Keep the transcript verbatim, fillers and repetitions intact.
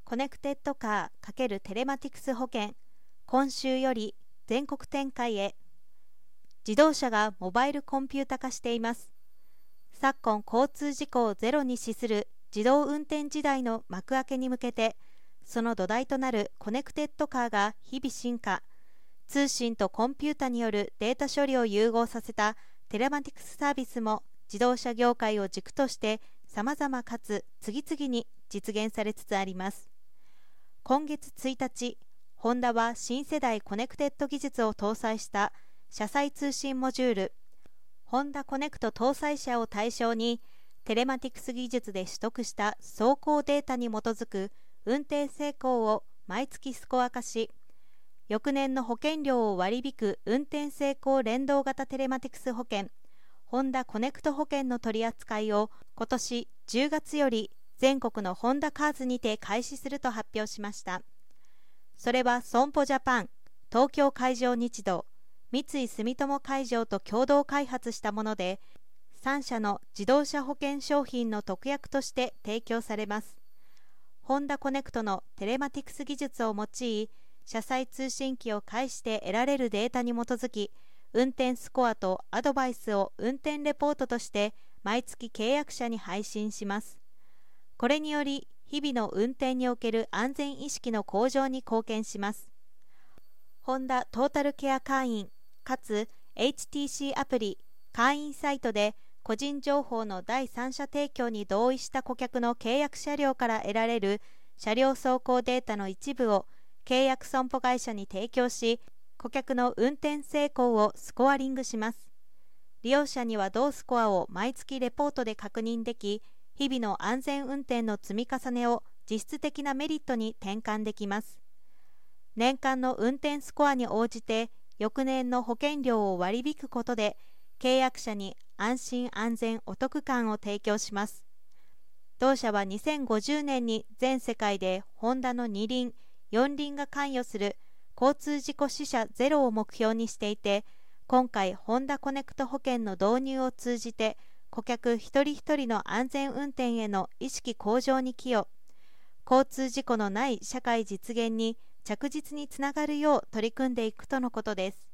コネクテッドカー×テレマティクス保険、今週より全国展開へ。自動車がモバイルコンピュータ化しています。昨今、交通事故をゼロに資する自動運転時代の幕開けに向けて、その土台となるコネクテッドカーが日々進化、通信とコンピュータによるデータ処理を融合させたテレマティクスサービスも自動車業界を軸として様々かつ次々に実現されつつあります。今月ついたち、ホンダは新世代コネクテッド技術を搭載した車載通信モジュール、ホンダコネクト搭載車を対象に、テレマティクス技術で取得した走行データに基づく運転成功を毎月スコア化し、翌年の保険料を割り引く運転成功連動型テレマティクス保険、ホンダコネクト保険の取り扱いを今年じゅうがつより全国のホンダカーズにて開始すると発表しました。それは損保ジャパン、東京海上日動、三井住友海上と共同開発したもので、さん社の自動車保険商品の特約として提供されます。ホンダコネクトのテレマティクス技術を用い、車載通信機を介して得られるデータに基づき、運転スコアとアドバイスを運転レポートとして毎月契約者に配信します。これにより、日々の運転における安全意識の向上に貢献します。ホンダトータルケア会員かつ エイチティーシー アプリ会員サイトで個人情報の第三者提供に同意した顧客の契約車両から得られる車両走行データの一部を契約損保会社に提供し、顧客の運転成功をスコアリングします。利用者には同スコアを毎月レポートで確認でき、日々の安全運転の積み重ねを実質的なメリットに転換できます。年間の運転スコアに応じて翌年の保険料を割り引くことで、契約者に安心安全お得感を提供します。同社はにせんごじゅうねんに全世界でホンダの二輪、四輪が関与する交通事故死者ゼロを目標にしていて、今回ホンダコネクト保険の導入を通じて、顧客一人一人の安全運転への意識向上に寄与、交通事故のない社会実現に着実につながるよう取り組んでいくとのことです。